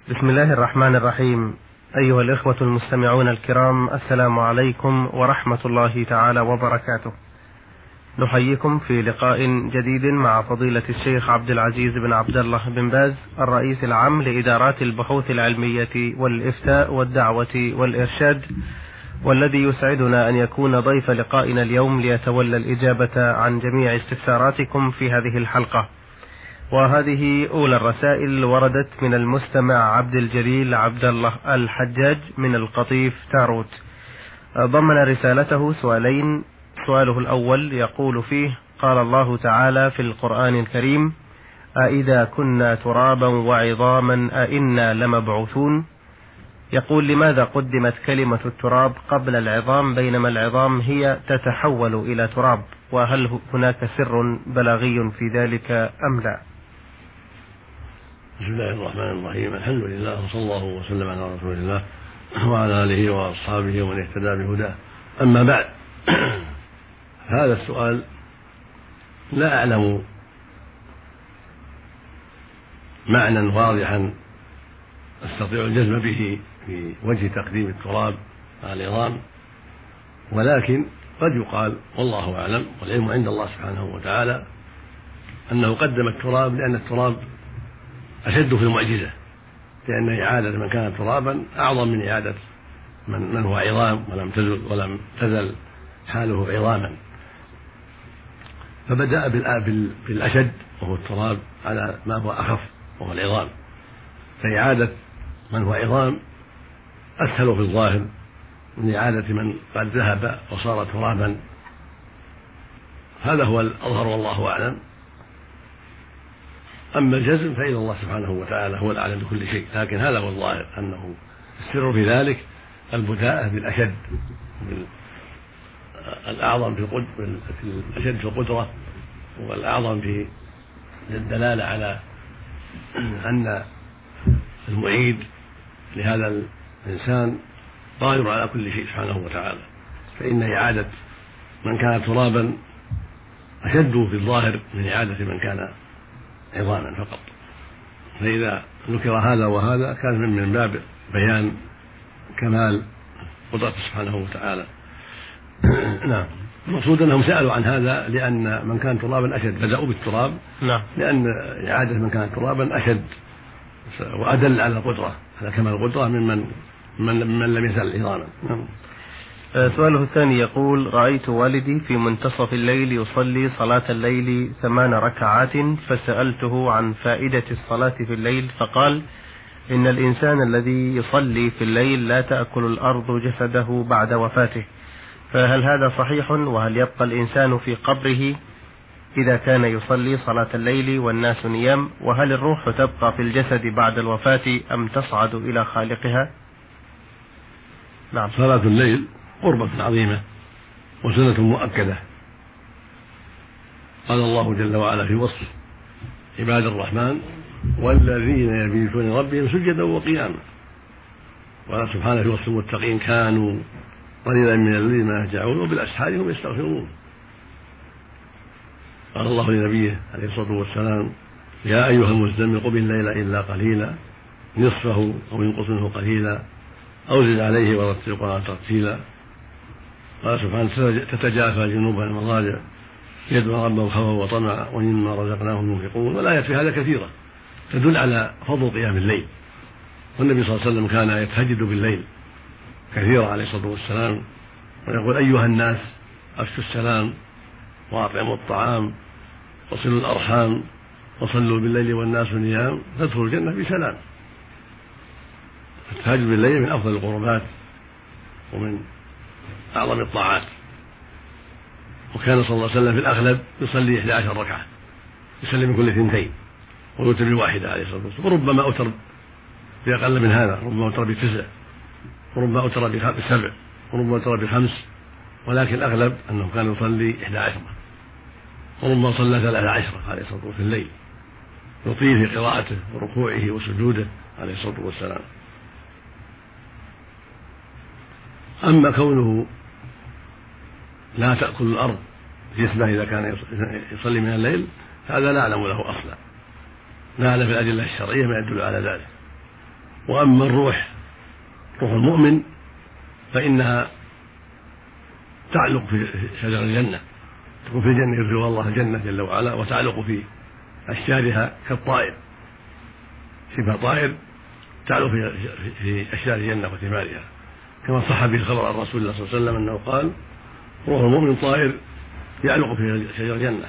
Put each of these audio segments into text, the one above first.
بسم الله الرحمن الرحيم. أيها الإخوة المستمعون الكرام، السلام عليكم ورحمة الله تعالى وبركاته. نحييكم في لقاء جديد مع فضيلة الشيخ عبد العزيز بن عبد الله بن باز، الرئيس العام لإدارات البحوث العلمية والإفتاء والدعوة والإرشاد، والذي يسعدنا أن يكون ضيف لقائنا اليوم ليتولى الإجابة عن جميع استفساراتكم في هذه الحلقة. وهذه أولى الرسائل وردت من المستمع عبد الجليل عبد الله الحجاج من القطيف تاروت. ضمن رسالته سؤالين. سؤاله الأول يقول فيه: قال الله تعالى في القرآن الكريم: أإذا كنا ترابا وعظاما أإنا لمبعوثون؟ يقول: لماذا قدمت كلمة التراب قبل العظام بينما العظام هي تتحول إلى تراب؟ وهل هناك سر بلاغي في ذلك أم لا؟ بسم الله الرحمن الرحيم. الحمد لله وصلى الله وسلم على رسول الله وعلى آله وأصحابه ومن اهتدى بهداه. أما بعد، هذا السؤال لا أعلم معنى واضحا أستطيع الجزم به في وجه تقديم التراب على العظام، ولكن قد يقال والله أعلم والعلم عند الله سبحانه وتعالى أنه قدم التراب لأن التراب أشد في المعجزة، لأن إعادة من كان ترابا أعظم من إعادة من هو عظام ولم تزل حاله عظاما. فبدأ بالأشد وهو التراب على ما هو أخف وهو العظام، فإعادة من هو عظام أسهل في الظاهر من إعادة من قد ذهب وصار ترابا. هذا هو الأظهر والله أعلم. أما الجزم فإلى الله سبحانه وتعالى هو الأعلم بكل شيء، لكن هذا هو الظاهر أنه السر في ذلك البداءة بالأشد، الأعظم في الأشد في القدرة، والأعظم في الدلالة على أن المعيد لهذا الإنسان قادر على كل شيء سبحانه وتعالى. فإن إعادة من كان ترابا أشد في الظاهر من إعادة من كان عظاما فقط. فإذا ذكر هذا وهذا كان من باب بيان كمال قدرته سبحانه وتعالى. نعم. المقصود أنهم سألوا عن هذا لأن من كان ترابا أشد، بدأوا بالتراب لأن إعادة من كان ترابا أشد وأدل على القدرة، على كمال القدرة ممن لم يزل عظاما. سؤاله الثاني يقول: رأيت والدي في منتصف الليل يصلي صلاة الليل 8 ركعات، فسألته عن فائدة الصلاة في الليل، فقال: إن الإنسان الذي يصلي في الليل لا تأكل الأرض جسده بعد وفاته، فهل هذا صحيح؟ وهل يبقى الإنسان في قبره إذا كان يصلي صلاة الليل والناس نيام؟ وهل الروح تبقى في الجسد بعد الوفاة أم تصعد إلى خالقها؟ نعم. صلاة الليل قربة عظيمة وسنة مؤكدة. قال الله جل وعلا في وصف عباد الرحمن: والذين يبيتون ربهم سجدا وقياما. وقال سبحانه في وصف المتقين: كانوا قليلا من الليل ما يهجعون وبالأسحار هم يستغفرون. قال الله لنبيه عليه الصلاة والسلام: يا أيها المزمل قم الليل إلا قليلا نصفه أو ينقص منه قليلا أو زد عليه ورتل القرآن ترتيلا. قال سبحانه: تتجافى جنوبها المضاجع يدعون ربهم خوفا وطمعا ومما رزقناهم ينفقون. والآيات في هذا كثيرة تدل على فضل قيام الليل، والنبي صلى الله عليه وسلم كان يتهجد بالليل كثيرا عليه الصلاة والسلام، ويقول: أيها الناس أفشوا السلام وأطعموا الطعام وصلوا الأرحام وصلوا بالليل والناس نيام تدخلوا الجنة بسلام. التهجد بالليل من أفضل القربات ومن أعظم الطاعات، وكان صلى الله عليه وسلم في الأغلب يصلي 11 ركعة، يصلي من كل 2 ويوتر بواحدة عليه الصلاة والسلام، وربما أوتر بأقل من هذا، ربما أوتر ب9 وربما أوتر ب7 وربما أوتر ب5، ولكن الأغلب أنه كان يصلي 11 وربما صلى 13 عليه الصلاة والسلام في الليل، يطيل في قراءته وركوعه وسجوده عليه الصلاة والسلام. أما كونه لا تأكل الأرض جسمه إذا كان يصلي من الليل هذا لا أعلم له أصلا، لا أعلم في الأدلة الشرعية ما يدل على ذلك، وأما روح المؤمن فإنها تعلق في شجر الجنة، تكون في الجنة يرضي الله الجنة جل وعلا، وتعلق في أشجارها كالطائر، شبه طائر تعلق في أشجار الجنة وثمارها، كما صح به الخبر عن رسول الله صلى الله عليه وسلم أنه قال: روح المؤمن طائر يعلق في شجر الجنة.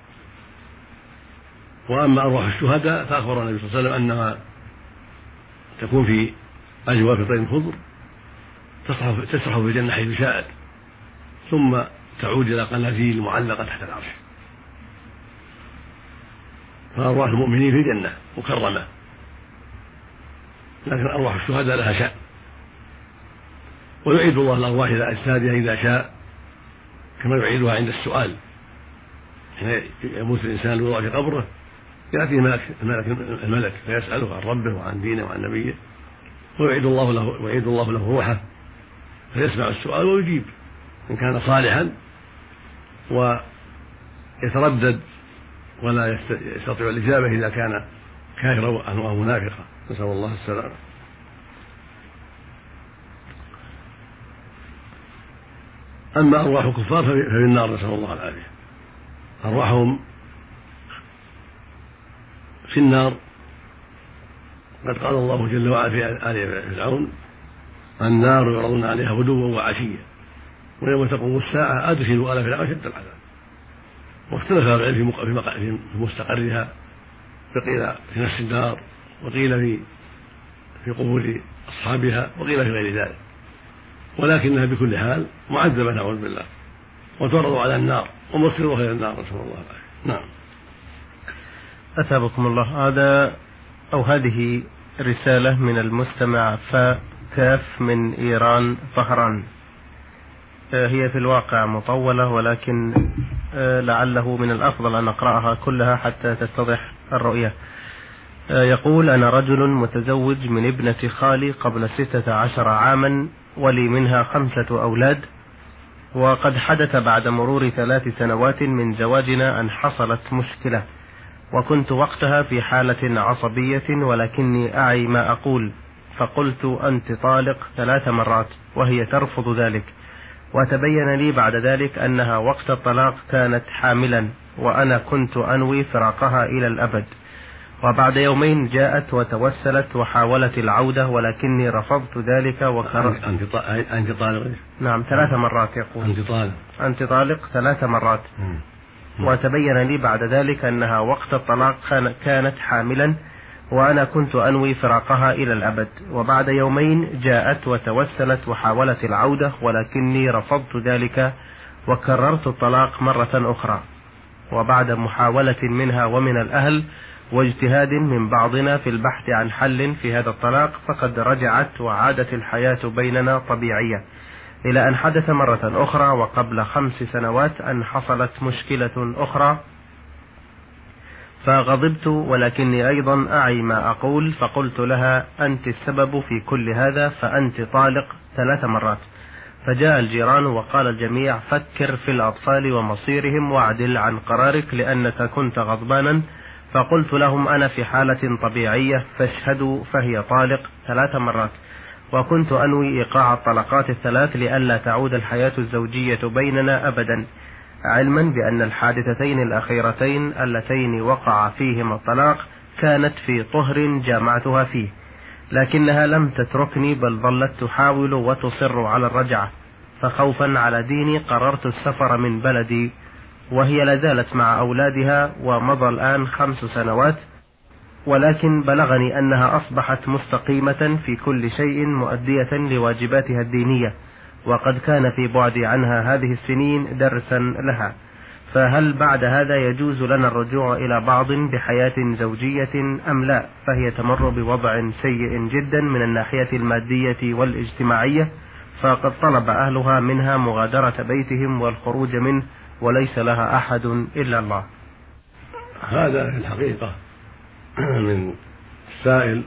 وأما أرواح الشهداء فأخبر النبي صلى الله عليه وسلم أنها تكون في أجواف طير خضر تسرح في الجنة حيث شاءت، ثم تعود إلى قنازيل معلقة تحت العرش. فأرواح المؤمنين في الجنة مكرمة، لكن أرواح الشهداء لها شأن، ويعيد الله الأرواح إلى أجسادها إذا شاء، كما يعيدها عند السؤال. حين يموت الإنسان ويوضع في قبره يأتي الملك فيسأله عن ربه وعن دينه وعن نبيه، ويعيد الله له روحه فيسمع السؤال ويجيب إن كان صالحا، ويتردد ولا يستطيع الإجابة إذا كان كافرا أو منافقا، نسأل الله السلامة. أما أرواح الكفار ففي النار، نسأل الله العافية. أرواحهم في النار قد قال الله جل وعلا في آل فرعون: النار يعرضون عليها غدوا وعشيا ويوم تقوم الساعة أدخلوا آل فرعون أشد العذاب. واختلف أهل العلم في مستقرها، فقيل في نفس النار، وقيل في قبور أصحابها، وقيل في غير ذلك، ولكنها بكل حال معذبة نعوذ بالله، وتعرض على النار ومصيرها إلى النار، نسأل الله العافية. نعم. أثابكم الله. هذه رسالة من المستمع كاف من إيران طهران. هي في الواقع مطولة، ولكن لعله من الأفضل أن أقرأها كلها حتى تتضح الرؤية. يقول: أنا رجل متزوج من ابنة خالي قبل 16 عاما، ولي منها 5 أولاد، وقد حدث بعد مرور 3 سنوات من زواجنا أن حصلت مشكلة، وكنت وقتها في حالة عصبية ولكني أعي ما أقول، فقلت: أنت طالق 3 مرات، وهي ترفض ذلك. وتبين لي بعد ذلك أنها وقت الطلاق كانت حاملا، وأنا كنت أنوي فراقها إلى الأبد. وبعد يومين جاءت وتوسلت وحاولت العودة، ولكني رفضت ذلك أنت طالق؟ نعم 3 مرات يقول. أنت طالق 3 مرات. وتبين لي بعد ذلك أنها وقت الطلاق كانت حاملا، وأنا كنت أنوي فراقها إلى الأبد. وبعد يومين جاءت وتوسلت وحاولت العودة، ولكني رفضت ذلك وكررت الطلاق مرة أخرى. وبعد محاولة منها ومن الأهل واجتهاد من بعضنا في البحث عن حل في هذا الطلاق، فقد رجعت وعادت الحياة بيننا طبيعية، إلى أن حدث مرة أخرى وقبل 5 سنوات أن حصلت مشكلة أخرى، فغضبت ولكني أيضا أعي ما أقول، فقلت لها: أنت السبب في كل هذا، فأنت طالق 3 مرات. فجاء الجيران وقال الجميع: فكر في الأطفال ومصيرهم واعدل عن قرارك لأنك كنت غضبانا. فقلت لهم: أنا في حالة طبيعية فاشهدوا، فهي طالق 3 مرات، وكنت أنوي إيقاع الطلقات ال3 لئلا تعود الحياة الزوجية بيننا أبدا، علما بأن الحادثتين الأخيرتين اللتين وقع فيهما الطلاق كانت في طهر جامعتها فيه، لكنها لم تتركني بل ظلت تحاول وتصر على الرجعة، فخوفا على ديني قررت السفر من بلدي، وهي لازالت مع أولادها ومضى الآن 5 سنوات، ولكن بلغني أنها أصبحت مستقيمة في كل شيء مؤدية لواجباتها الدينية، وقد كان في بعدي عنها هذه السنين درسا لها، فهل بعد هذا يجوز لنا الرجوع إلى بعض بحياة زوجية أم لا؟ فهي تمر بوضع سيء جدا من الناحية المادية والاجتماعية، فقد طلب أهلها منها مغادرة بيتهم والخروج منه، وليس لها أحد إلا الله. هذا في الحقيقة من السائل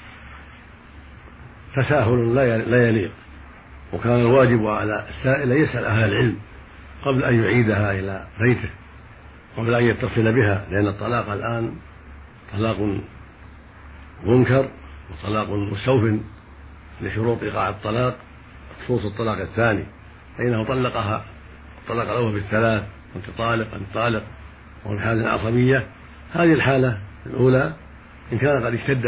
تساهل لا يليق، وكان الواجب على السائل أن يسأل أهل العلم قبل أن يعيدها إلى بيته، قبل أن يتصل بها، لأن الطلاق الآن طلاق منكر وطلاق مستوف لشروط إيقاع الطلاق خصوص الطلاق الثاني، فإنه طلقها الطلاق الأول بالثلاث وأنت طالق أنت طالق وهو في حالة عصبية. هذه الحالة الأولى إن كان قد اشتد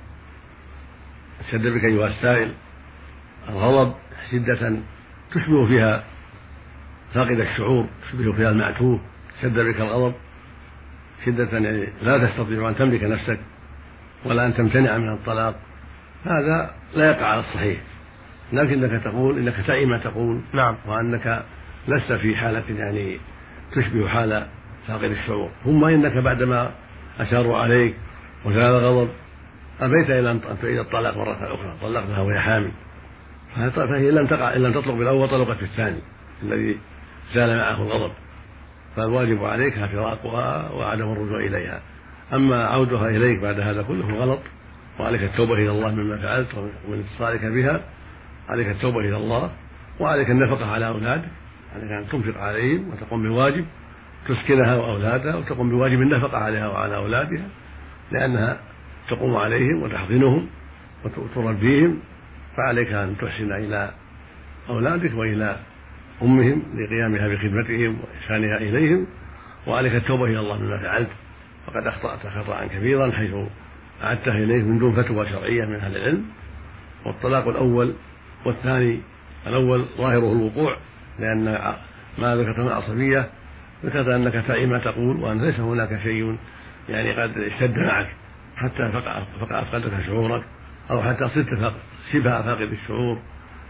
بك أيها السائل الغضب شدة تشبه فيها فاقد الشعور، تشبه فيها المعتوه، اشتد بك الغضب شدة يعني لا تستطيع أن تملك نفسك ولا أن تمتنع من الطلاق، هذا لا يقع على الصحيح، لكنك تقول إنك تعي ما تقول نعم، وأنك لست في حالة يعني تشبه حال فاقد الشعور. ثم إنك بعدما أشاروا عليك وزال الغضب أبيت إلى أن تعيد الطلاق مرة أخرى، طلقتها وهي حامل، فهي لم تطلق بالأول، طلقت الثاني الذي زال معه الغضب، فالواجب عليك فراقها وعدم الرجوع إليها. أما عودها إليك بعد هذا كله غلط، وعليك التوبة إلى الله مما فعلت ومن اتصالك بها، عليك التوبة إلى الله، وعليك النفقة على أولادك، عليك أن تنفق عليهم وتقوم بواجب تسكنها وأولادها وتقوم بواجب النفقة عليها وعلى أولادها، لأنها تقوم عليهم وتحضنهم وتربيهم، فعليك أن تحسن إلى أولادك وإلى أمهم لقيامها بخدمتهم وإحسانها إليهم، وعليك التوبة إلى الله مما فعلت، فقد أخطأت خطأ كبيرا حيث أعدتها إليه من دون فتوى شرعية من أهل العلم. والطلاق الأول والثاني، الأول ظاهره الوقوع، لأن ما ذكرت من العصبية ذكرت أنك تعي ما تقول وأن ليس هناك شيء يعني قد اشتد معك حتى أفقدك شعورك أو حتى صرت شبه فاقد الشعور.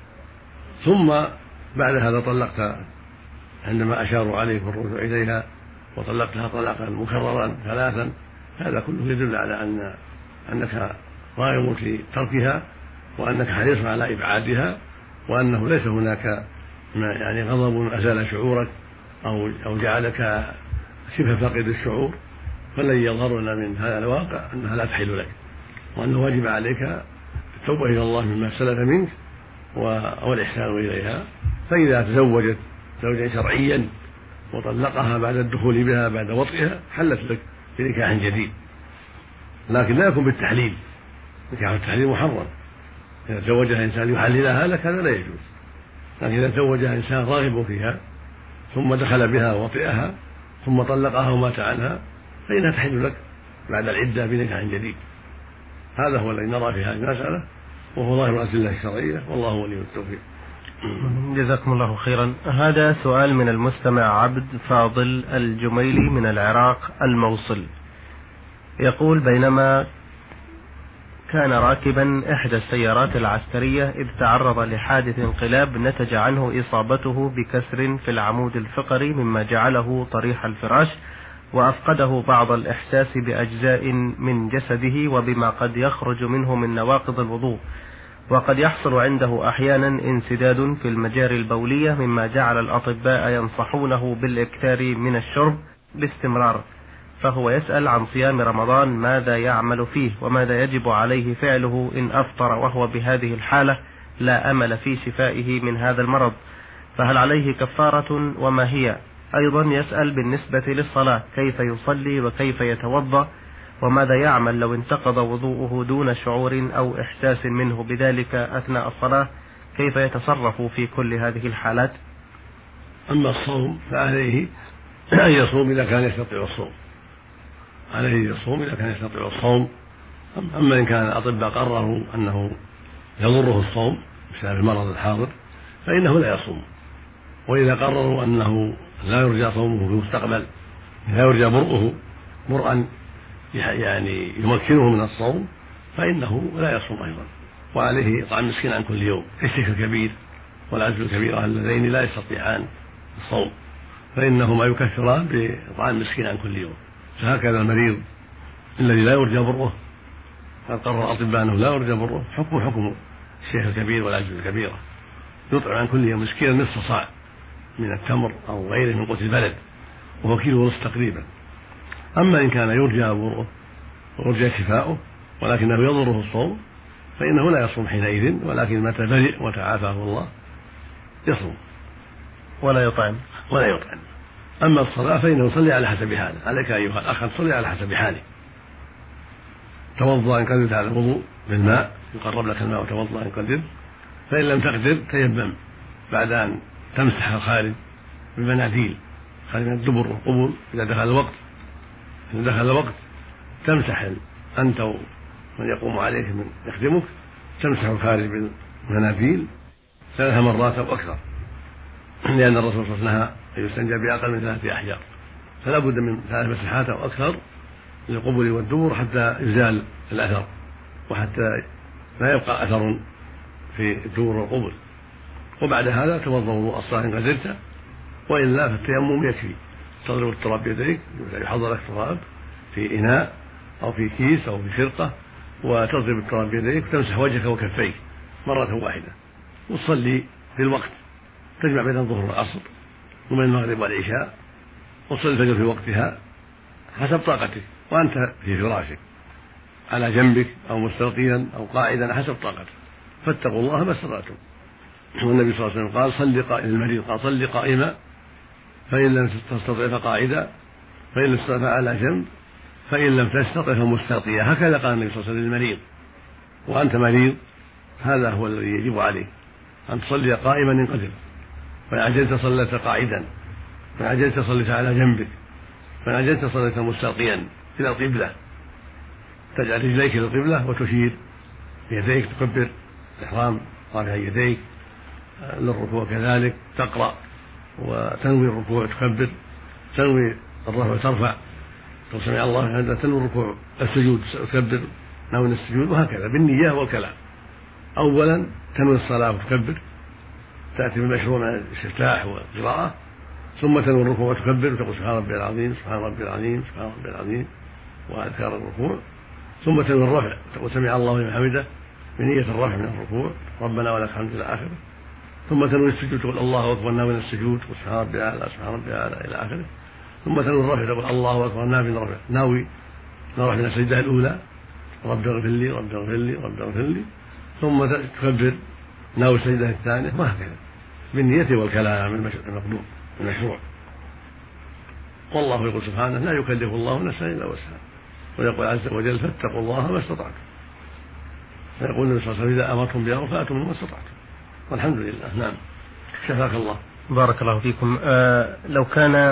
ثم بعد هذا طلقت عندما أشاروا عليك بالرجوع إليها، وطلقتها طلاقا مكررا ثلاثا، هذا كله يدل على أنك راغب في تركها وأنك حريص على إبعادها، وأنه ليس هناك يعني غضب أزال شعورك أو جعلك شبه فاقد الشعور، فالذي يظهر لنا من هذا الواقع أنها لا تحل لك، وأنه واجب عليك التوبة إلى الله مما سلف منك والإحسان إليها. فإذا تزوجت زوجا شرعيا وطلقها بعد الدخول بها بعد وطئها حلت لك بنكاح جديد، لكن لا يكون بالتحليل، نكاح التحليل محرم، إذا تزوجها إنسان يحللها لك هذا لا يجوز، لكن إذا تزوجها إنسان راغب فيها ثم دخل بها وطئها ثم طلقها ومات عنها فإنها تحل لك بعد العدة بنكاح جديد. هذا هو الذي نرى في هذه المسألة، وهو ظاهر الأدلة الشرعية، والله ولي التوفيق. جزاكم الله خيرا. هذا سؤال من المستمع عبد فاضل الجميلي من العراق الموصل، يقول: بينما كان راكبا إحدى السيارات العسكرية إذ تعرض لحادث انقلاب نتج عنه إصابته بكسر في العمود الفقري مما جعله طريح الفراش، وأفقده بعض الإحساس بأجزاء من جسده وبما قد يخرج منه من نواقض الوضوء، وقد يحصل عنده أحيانا انسداد في المجاري البولية مما جعل الأطباء ينصحونه بالإكثار من الشرب باستمرار، فهو يسأل عن صيام رمضان ماذا يعمل فيه وماذا يجب عليه فعله إن أفطر وهو بهذه الحالة لا أمل في شفائه من هذا المرض، فهل عليه كفارة وما هي؟ أيضا يسأل بالنسبة للصلاة كيف يصلي وكيف يتوضأ وماذا يعمل لو انتقض وضوءه دون شعور أو إحساس منه بذلك أثناء الصلاة، كيف يتصرف في كل هذه الحالات؟ أما الصوم فعليه أن يصوم إذا كان يستطيع الصوم، عليه يصوم إذا كان يستطيع الصوم. أما إن كان الأطباء قرروا أنه يضره الصوم بسبب المرض الحاضر فإنه لا يصوم، وإذا قرروا أنه لا يرجى صومه في المستقبل، لا يرجى برؤه برءا يعني يمكنه من الصوم، فإنه لا يصوم أيضا، وعليه إطعام مسكين عن كل يوم كالشيخ الكبير والعجز الكبيرة اللذين لا يستطيعان الصوم، فإنهما يكفران بإطعام مسكين عن كل يوم. فهكذا المريض الذي لا يرجى بره قد قرر الأطباء أنه لا يرجى بره حكم الشيخ الكبير والعجز الكبيرة، يطعم عن كل يوم مسكينا نصف صاع من التمر أو غيره من قوت البلد، وهو كيلو ونصف تقريبا. أما إن كان يرجى بره ويرجى شفاؤه ولكنه يضره الصوم فإنه لا يصوم حينئذ، ولكن متى برئ وتعافاه الله يصوم ولا يطعم. أما الصلاة فإنه يصلي على حسب حاله، عليك أيها الأخ تصلي على حسب حالك، توضأ إن قدرت على الوضوء بالماء، يقرب لك الماء وتوضأ إن قدرت، فإن لم تقدر تيمم بعد أن تمسح الخارج بالمناديل، خارج من الدبر والقبول إذا دخل الوقت تمسح أنت ومن يقوم عليك من يخدمك، تمسح الخارج بالمناديل 3 مرات أو أكثر، لأن الرسول صلى الله عليه وسلم نهى أن يستنجى بأقل من 3 أحجار، فلا بد من 3 مسحات أو أكثر للقبول والدبر حتى يزال الأثر وحتى لا يبقى أثر في الدبر والقبول. وبعد هذا توضأ وضوء الصلاة إن قدرت، وإلا فالتيمم يكفي، تضرب التراب بيديك، يحضر لك تراب في إناء أو في كيس أو في خرقة، وتضرب التراب بيديك وتمسح وجهك وكفيك مرة واحدة، وتصلي في الوقت، تجمع بين الظهر والعصر وبين المغرب والعشاء، وتصلي الفجر في وقتها حسب طاقتك، وأنت في فراشك على جنبك أو مستلقيا أو قاعدا حسب طاقتك، فاتقوا الله ما استطعتم. والنبي صلى الله عليه وسلم قال صل للمريض قال صل قائما فإن لم تستطع فقاعدا، فإن لم تستطع على جنب، فإن لم تستطع فمستلقيا، هكذا قال النبي صلى الله عليه وسلم للمريض. وأنت مريض هذا هو الذي يجب عليك، أن تصلي قائما إن قدر، فإن عجزت صليت قاعدا، فإن عجزت صليت على جنبك، فإن عجزت صليت مستلقيا إلى القبلة، تجعل رجليك إلى القبلة وتشير بيديك، تكبر الإحرام رافع يديك للركوع، كذلك تقرأ وتنوي الركوع تكبر، تنوي الرفع ترفع، تقول سمع الله هذا، تنوي الركوع السجود تكبر ناوي السجود، وهكذا بالنية والكلام. أولا تنوي الصلاة وتكبر، تأتي بالمشروع من الاستفتاح والقراءة، ثم تنوي الركوع وتكبر وتقول سبحان ربي العظيم سبحان ربي العظيم سبحان ربي العظيم وأذكار الركوع، ثم تنوي الرفع تقول سمع الله لمن حمده بنية الرفع من الركوع ربنا ولك الحمد إلى آخره، ثم تنوي السجود تقول الله أكبر ناوي السجود سبحان ربي الأعلى سبحان ربي الأعلى إلى آخره، ثم تنوي الرفع تقول الله أكبر ناوي الرفع من السجدة الأولى رب اغفر لي رب اغفر لي رب اغفر لي، ثم تكبر ناوي السجدة الثانية، وهكذا بالنية والكلام المشروع. والله يقول سبحانه لا يكلف الله نفسا إلا وسعها، ويقول عز وجل فاتقوا الله ما استطعتم، ويقول النبي صلى الله عليه وسلم إذا أمرتم بأمر فأتوا ما استطعتم، والحمد لله. نعم، شفاك الله. بارك الله فيكم. لو كان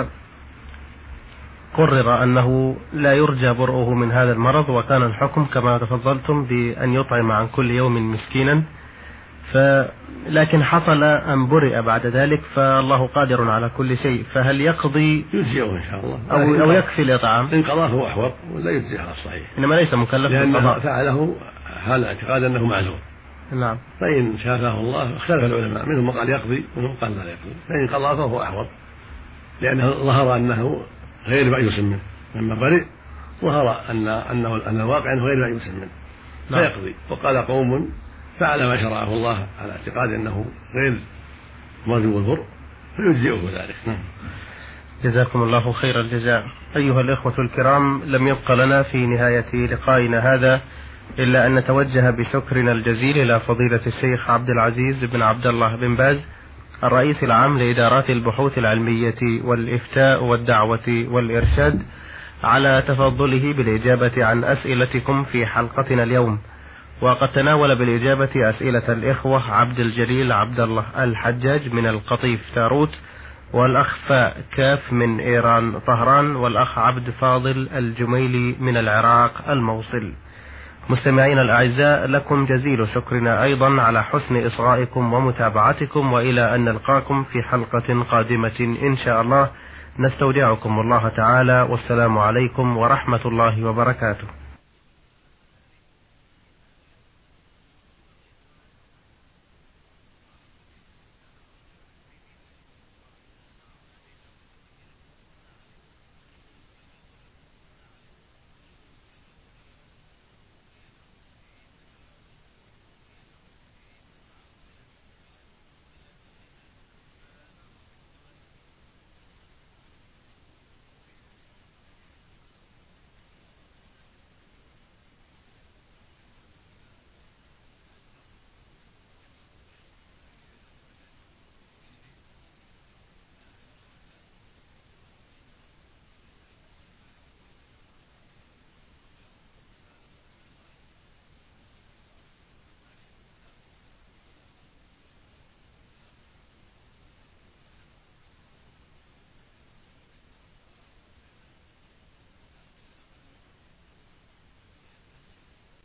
قرر أنه لا يرجى برؤه من هذا المرض، وكان الحكم كما تفضلتم بأن يطعم عن كل يوم مسكينا، لكن حصل أن برئ بعد ذلك، فالله قادر على كل شيء، فهل يقضي يجزئه إن شاء الله أو يكفي الإطعام؟ إن قضاه هو أحوط ولا يجزئه على الصحيح، إنما ليس مكلف لأنه فعله حال اعتقاد أنه معذور. نعم. فإن شافه الله اختلف العلماء، منهم من قال يقضي ومنهم قال لا يقضي، فإن قضى فهو أحوط، لأنه ظهر أنه غير مأيوس منه، لما برئ ظهر أن الواقع أنه غير مأيوس منه فيقضي. وقال قوم فعل ما شرعه الله على اعتقاد أنه غير مرجو البر فيجزئه ذلك. جزاكم الله خير الجزاء. أيها الإخوة الكرام، لم يبق لنا في نهاية لقائنا هذا إلا أن نتوجه بشكرنا الجزيل إلى فضيلة الشيخ عبد العزيز بن عبد الله بن باز، الرئيس العام لإدارات البحوث العلمية والإفتاء والدعوة والإرشاد، على تفضله بالإجابة عن أسئلتكم في حلقتنا اليوم. وقد تناول بالإجابة أسئلة الإخوة عبد الجليل عبد الله الحجاج من القطيف تاروت، والأخ فاء كاف من إيران طهران، والأخ عبد فاضل الجميلي من العراق الموصل. مستمعين الأعزاء، لكم جزيل شكرنا أيضا على حسن إصغائكم ومتابعتكم، وإلى أن نلقاكم في حلقة قادمة إن شاء الله، نستودعكم الله تعالى، والسلام عليكم ورحمة الله وبركاته.